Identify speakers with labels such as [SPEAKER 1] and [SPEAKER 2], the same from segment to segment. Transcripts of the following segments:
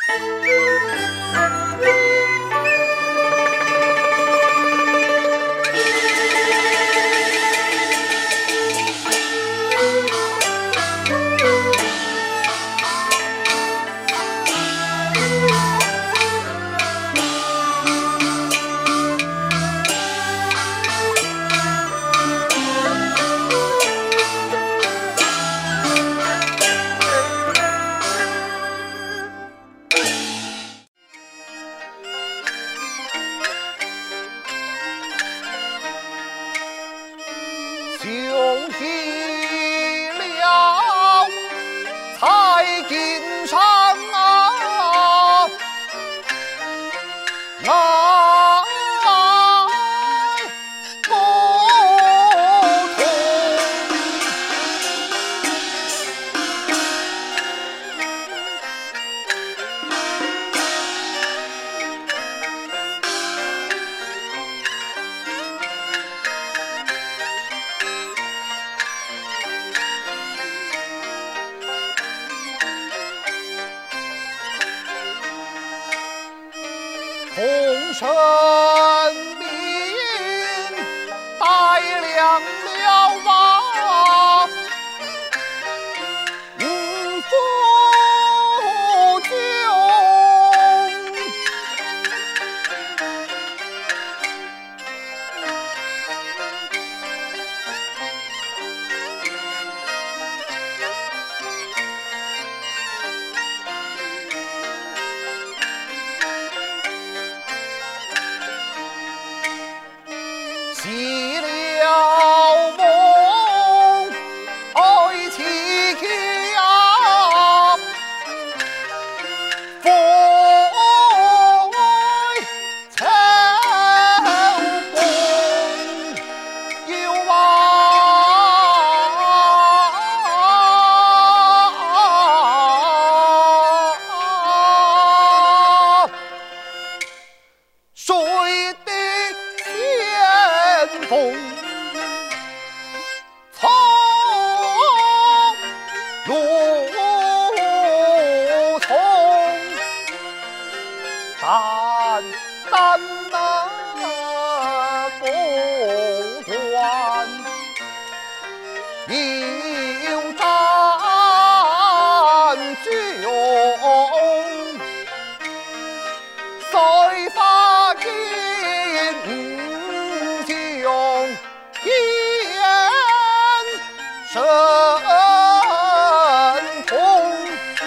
[SPEAKER 1] 同生命带亮了吧，父兄起了梦，爱情呀，风秋风有水的先锋，从路从淡淡那不断，有战雄，谁发英雄天神通，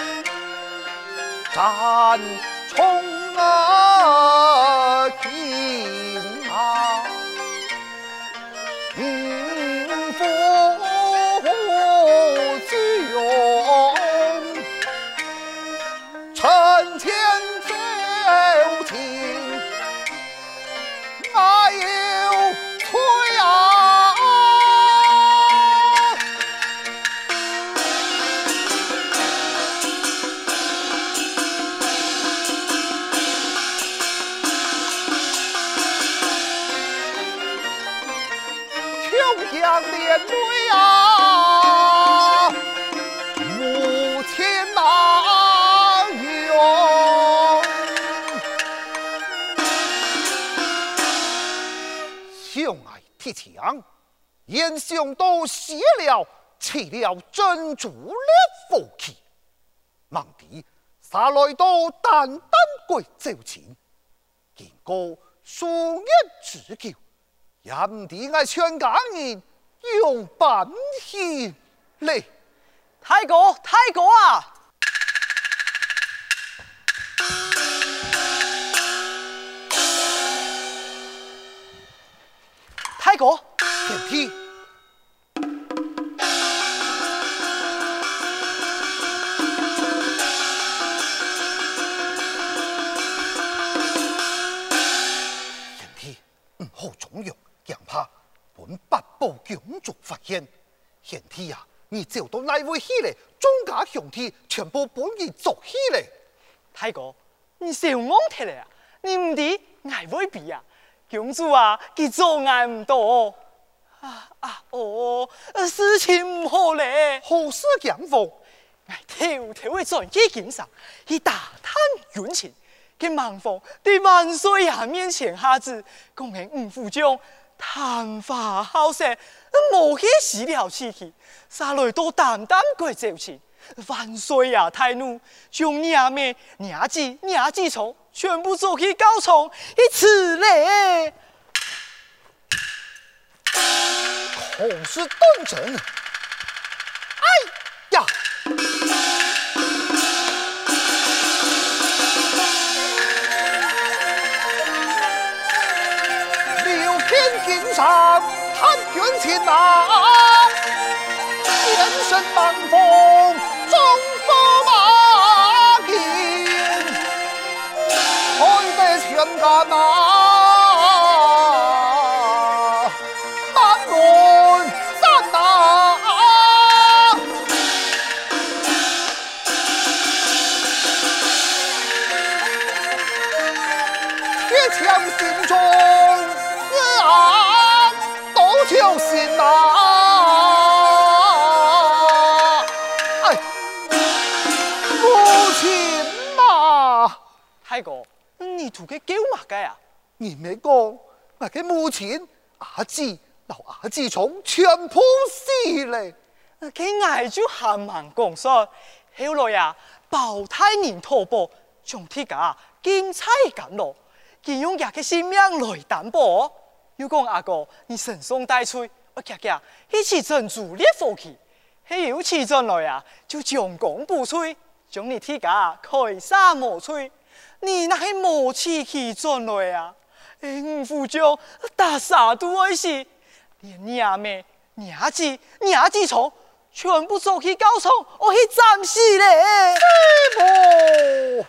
[SPEAKER 1] 战冲天啊！父兄臣前奏请，哪有错啊？琼阳连队啊，目前哪有？兄爱铁枪，燕兄都谢了，弃了珍珠的福气，望地杀来到单单归走前，见过数日之久，炎地爱全家人用半天嘞。
[SPEAKER 2] 太哥啊！太哥，
[SPEAKER 1] 电梯。电梯，好重要，强怕本八部公主发现。电梯呀，你走到哪位去嘞？庄家兄弟全部本人做起嘞。
[SPEAKER 2] 太哥，你小懵脱嘞啊！你唔知挨会比啊？公主啊，佢做挨唔到。事情唔好嘞。
[SPEAKER 1] 何事强风？
[SPEAKER 2] 偷偷的钻去景上，去打探军情。给盲房在万岁爷面前下旨，讲明吴副将贪花好色，无去死了气气，杀来都淡淡过走去。万岁爷太怒，将娘妹、娘子、娘子虫全部做去高床一此嘞。
[SPEAKER 1] 孔是当真？哎呀！六天经上探军情啊，天神满风中风马金，开得全干啊！枪心中思啊，都就是那哎，母亲呐！
[SPEAKER 2] 太哥，你图个狗嘛该啊？
[SPEAKER 1] 你没讲，我嘅母亲、阿姊、老阿姊虫全部死嘞！
[SPEAKER 2] 佢挨就喊忙讲说，后来呀，包太人托钵，将铁架金彩赶落。佢用佢嘅性命來擔保，又講阿哥，你神松帶吹，我夾夾一起珍珠烈火氣，佢有起進來啊，就將功補吹，將你鐵架開沙磨吹，你那係磨起起進來啊！吳副將打啥都愛死，連娘妹、娘子、娘子蟲全部做去高床，我去斬死咧！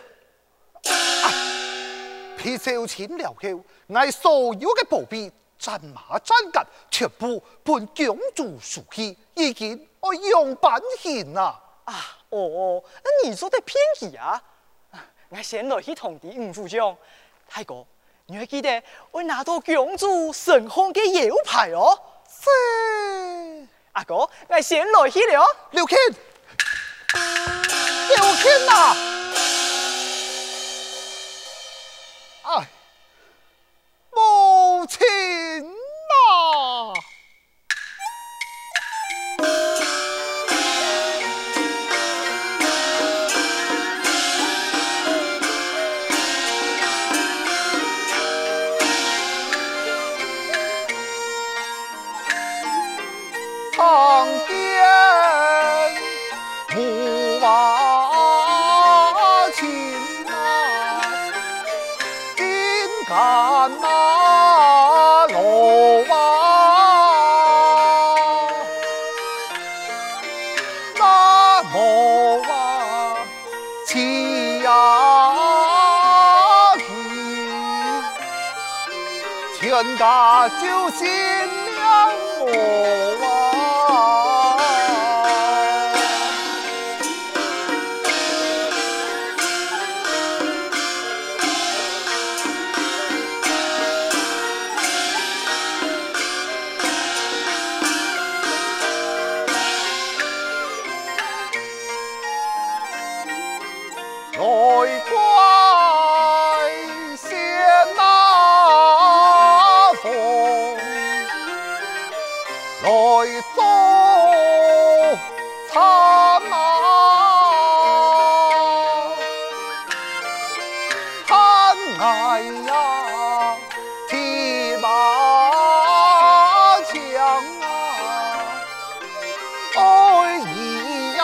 [SPEAKER 1] 皮收錢了後，我所有嘅寶貝、戰馬、戰甲，全部伴公主輸去，已經我用版獻啦。
[SPEAKER 2] 你做得偏激啊！我先來去通知吳副將，大哥，你要記得我拿到公主神紅嘅腰牌哦。
[SPEAKER 1] 是。
[SPEAKER 2] 阿哥，我先來去了。
[SPEAKER 1] 劉謙啊！哎，母亲呐！堂边母娃亲啊，金杆啊罗啊，那么啊气呀气，全家就心两我啊。来怪仙那风，来做苍啊，贪爱呀，提马枪啊，爱意呀。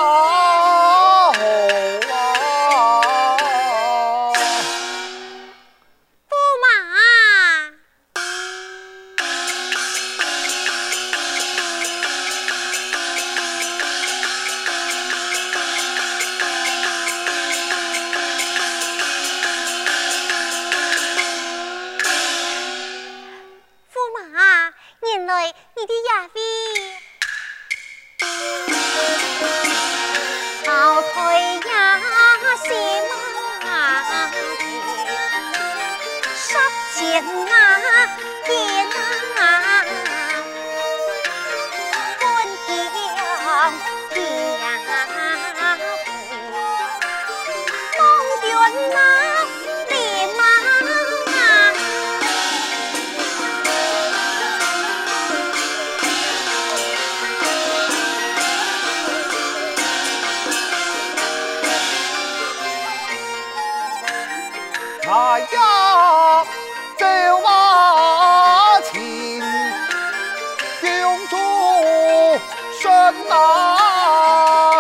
[SPEAKER 1] 哎呀，走马前，公主身啊，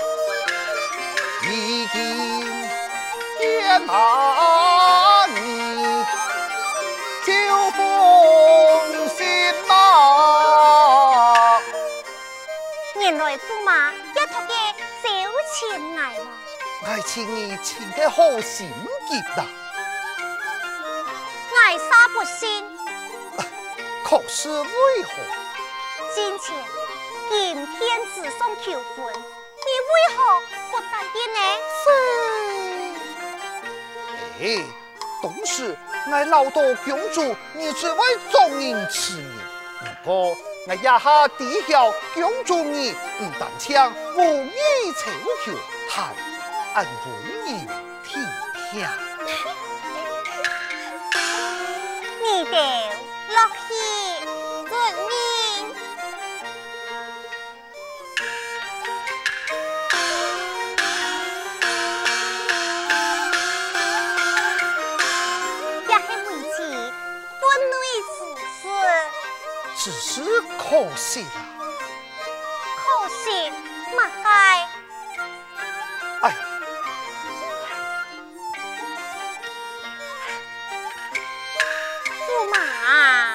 [SPEAKER 1] 已经见马你就奉心马。
[SPEAKER 3] 原来驸马一托嘅小钱来咯，
[SPEAKER 1] 爱情你情的好心急呐，
[SPEAKER 3] 爱杀不信，
[SPEAKER 1] 可是为何？
[SPEAKER 3] 今前今天只送求婚，你为何不答应呢？
[SPEAKER 1] 哎，当时我老道公主，你只为众人痴人，不过我一下抵消公主你唔但枪无意求求，还按温柔体贴。
[SPEAKER 3] 你哋乐意遵命。也系为此分内此事，
[SPEAKER 1] 只是可惜了。
[SPEAKER 3] 可惜嘛该。
[SPEAKER 1] 哎，
[SPEAKER 3] 驸马，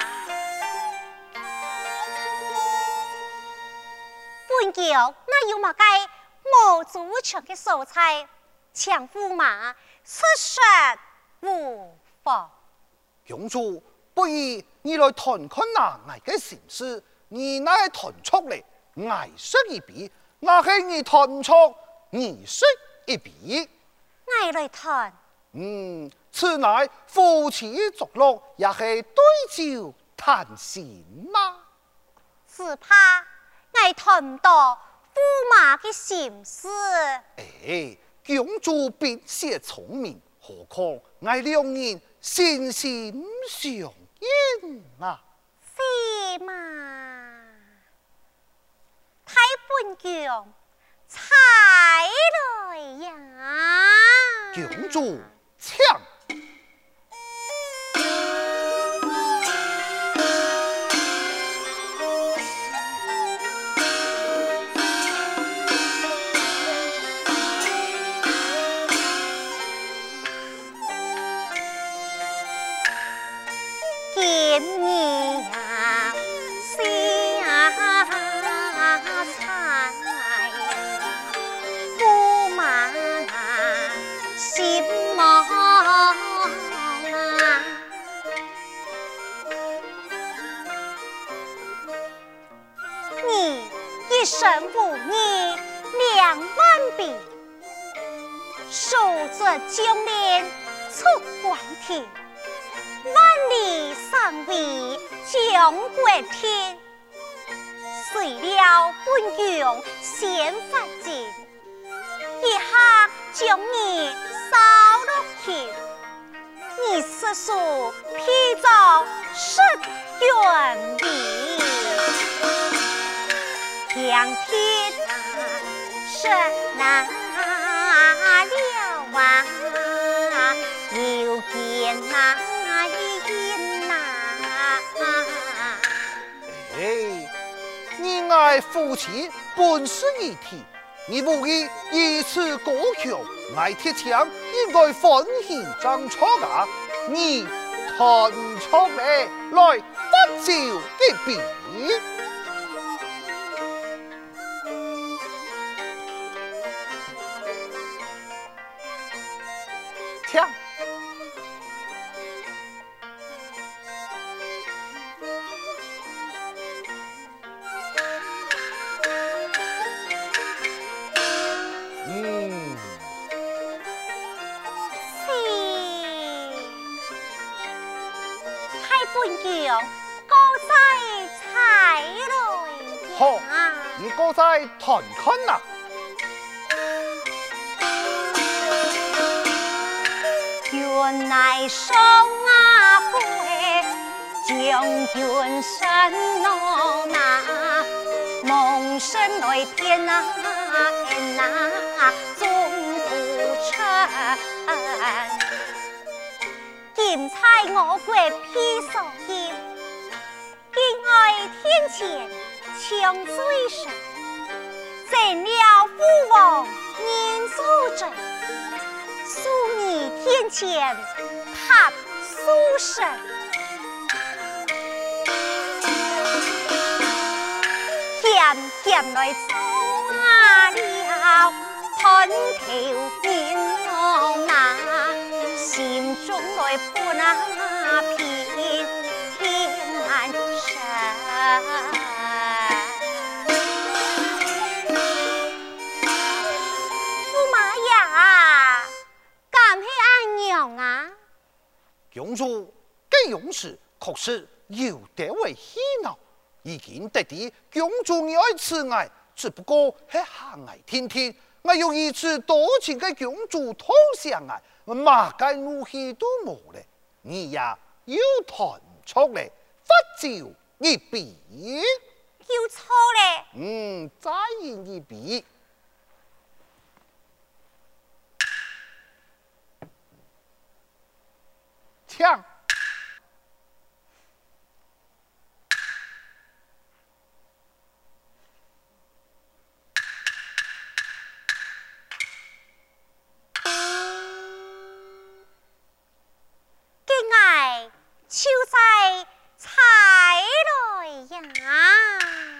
[SPEAKER 3] 本桥那有嘛该无足长的素菜，请驸马吃食无妨。
[SPEAKER 1] 公主，不如你来谈看那我的心事，你那谈出来，我说一笔；那是你谈唔出，你说一笔。
[SPEAKER 3] 我来谈，
[SPEAKER 1] 此乃夫妻作乐，也是对酒谈心嘛。
[SPEAKER 3] 只怕我谈唔到驸马的心思。
[SPEAKER 1] 哎，公主并且聪明，何况我两人心心相印啊！
[SPEAKER 3] 是嘛？太本强才来呀！
[SPEAKER 1] 公主请。
[SPEAKER 3] 见你呀，下菜，驸马心忙啊！你一生无义两万笔，守着江连出关天。万里尚为江国天，谁料本强先发进，一下将你扫落去。你师叔披着失原名，两天是哪了啊？又见哪？
[SPEAKER 1] 哎，你爱夫妻本是一体，你无意以此过桥，爱铁枪应该欢喜张出啊！你弹出来，来不照一笔。枪。
[SPEAKER 3] 本强高在才来
[SPEAKER 1] 好，你高在弹看呐。
[SPEAKER 3] 原来双啊会将军山路那梦神来天啊那总不成。 在我国披所见，敬爱天前强追神，成了父王年所者，数你天前踏书神。咸来做了喷头面浪那，心中来不那片天难神。驸马呀，敢是俺娘啊？
[SPEAKER 1] 公主，这勇士确实有点为嬉闹。已经得知公主你爱慈爱，只不过是狭隘天天。我用一次多情的公主投降爱，马该怒气都没了。你呀又弹出来，发招一笔。
[SPEAKER 3] 又错嘞。
[SPEAKER 1] 再演一笔。枪。
[SPEAKER 3] 秋在采来呀，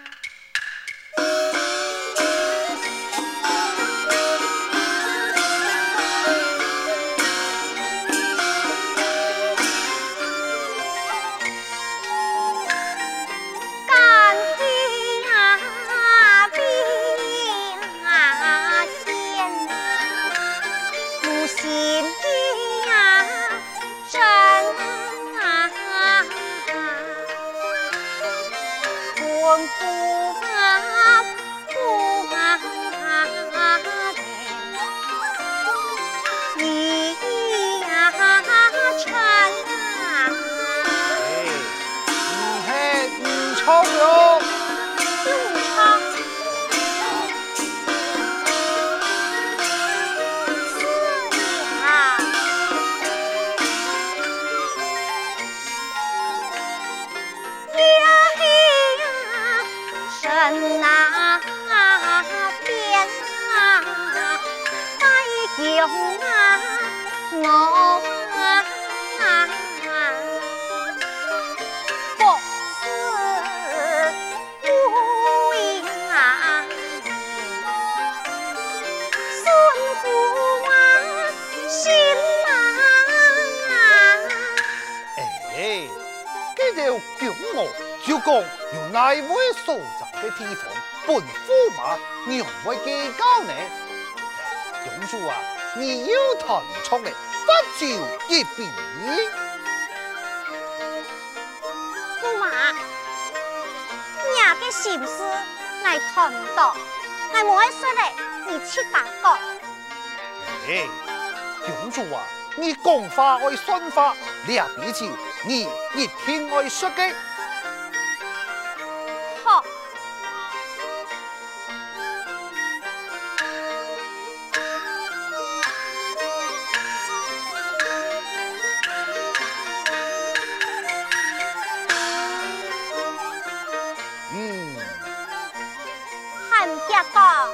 [SPEAKER 3] 干天啊变啊天啊，无心呀真。
[SPEAKER 1] 就讲有哪位所在的地方，本驸马让位计较呢？公主啊，你又弹出来，发招一笔。
[SPEAKER 3] 驸马，娘的心思我看不到，我冇爱说嘞，你去打讲。
[SPEAKER 1] 公主啊，你讲话爱算话，俩比较你一听爱说的。
[SPEAKER 3] 好。汉家讲，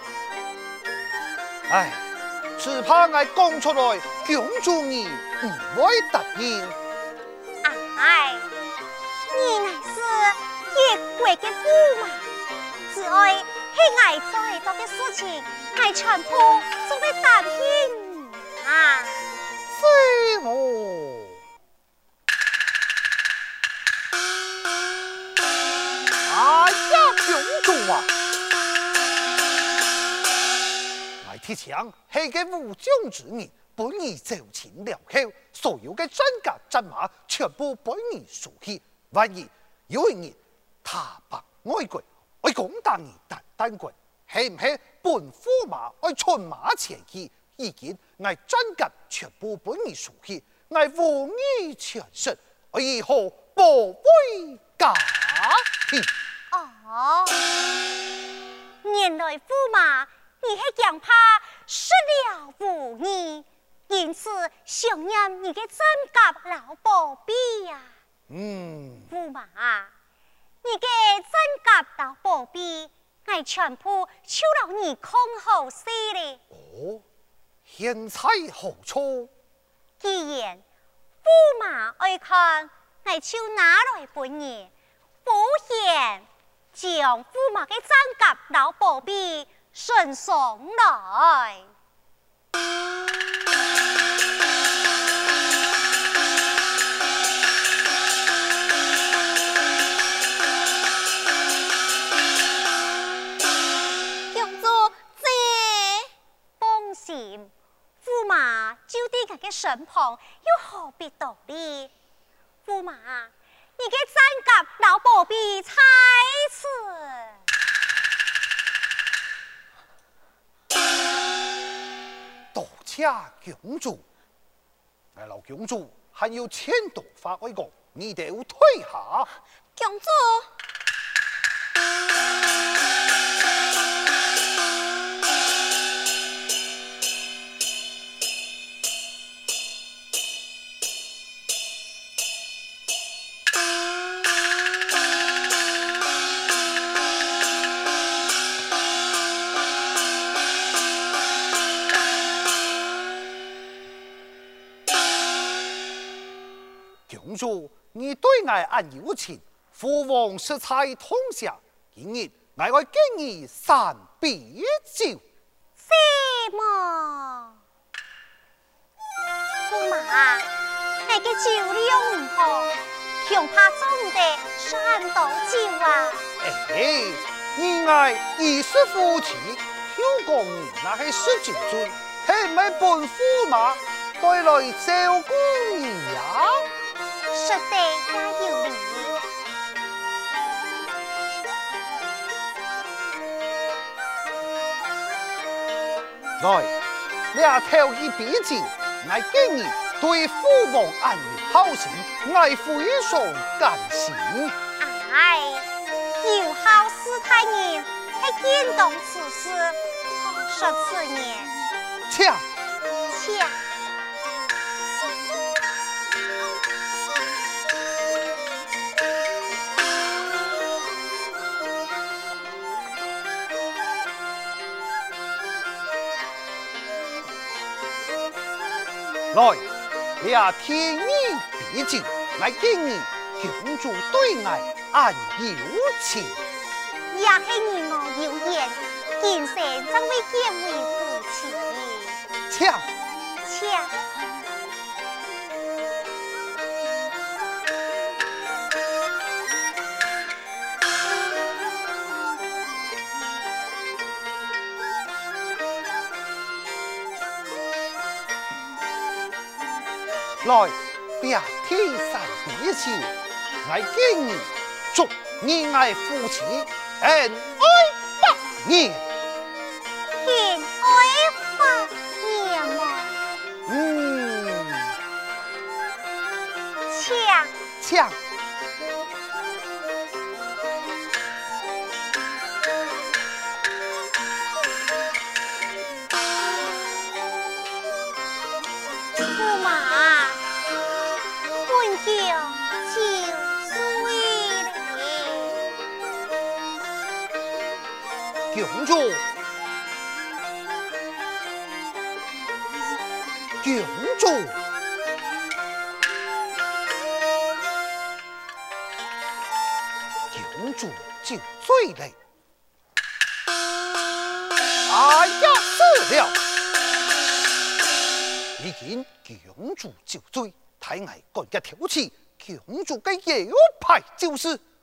[SPEAKER 1] 哎，只怕我讲出来，公主你唔会答应。
[SPEAKER 3] 哎，你乃是一国的驸马，只爱去爱做多的事情，爱全部做为答应啊！
[SPEAKER 1] 非我。哎呀，公主啊！我提倡是个武将之人，本已走前了后，所有的专家战马全部被你输去。万一有一日他白爱国，爱攻打你单国，是唔是本驸马爱出马前去？已经我专家全部被你输去，我无意全身，我以后不会假去。
[SPEAKER 3] 哦，原来驸马你是强怕失了无义， 因此想念你的战甲老宝贝呀。驸马，你的战甲老宝贝，我全部收到你空后事嘞。
[SPEAKER 1] 哦，现在何处？
[SPEAKER 3] 既然驸马爱看，我就拿来本你，不嫌将驸马的战甲老宝贝送上来。驸马就在他的身旁，又何必道理？驸马，你的战甲老宝贝在此。
[SPEAKER 1] 多谢公主，我老公主还有千多话要讲，你得退下。
[SPEAKER 3] 公主。
[SPEAKER 1] 公主，你对我按有情，父王实在痛下，今日我要给你3杯酒。
[SPEAKER 3] 什么？驸马，我的酒量唔好，恐怕中的山倒酒啊！
[SPEAKER 1] 哎，你爱一时夫妻，听讲你那是19岁，还没本驸马带来照顾你呀？
[SPEAKER 3] 说得也有理。
[SPEAKER 1] 来，俩头一杯酒，我给你对父王安有好心，我非常感谢。
[SPEAKER 3] 哎，有好事太人，还见动此事，说此言。
[SPEAKER 1] 请。来，俩天意别酒，我给你公主对我安有情。
[SPEAKER 3] 也是你我有言，今生将会结为夫妻。
[SPEAKER 1] 请。来，别天山别酒，我给你祝你爱夫妻恩爱8年。
[SPEAKER 3] 恩爱8年吗？
[SPEAKER 1] 请。
[SPEAKER 3] 驸马，本酒醉了。
[SPEAKER 1] 公主，公主就醉了。哎呀，死了！已经公主就醉，太爱干个挑起，公主嘅腰牌就是。